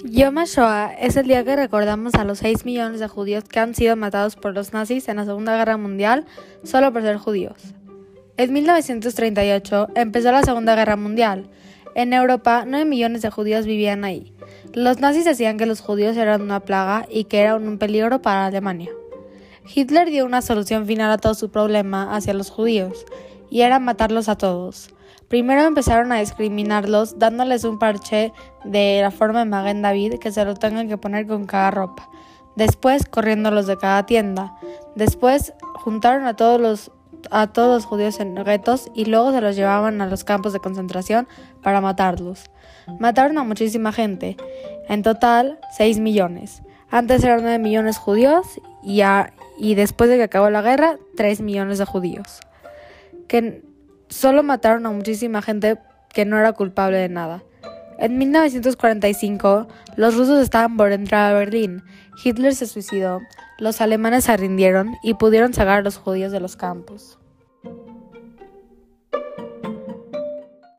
Yom HaShoah es el día que recordamos a los 6 millones de judíos que han sido matados por los nazis en la Segunda Guerra Mundial solo por ser judíos. En 1938 empezó la Segunda Guerra Mundial. En Europa, 9 millones de judíos vivían ahí. Los nazis decían que los judíos eran una plaga y que eran un peligro para Alemania. Hitler dio una solución final a todo su problema hacia los judíos, y era matarlos a todos. Primero empezaron a discriminarlos dándoles un parche de la forma de Maguen David que se lo tengan que poner con cada ropa. Después corriéndolos de cada tienda. Después juntaron a todos los judíos en guetos y luego se los llevaban a los campos de concentración para matarlos. Mataron a muchísima gente, en total 6 millones. Antes eran 9 millones judíos y después de que acabó la guerra, 3 millones de judíos. Que solo mataron a muchísima gente que no era culpable de nada. En 1945, los rusos estaban por entrar a Berlín. Hitler se suicidó, los alemanes se rindieron y pudieron sacar a los judíos de los campos.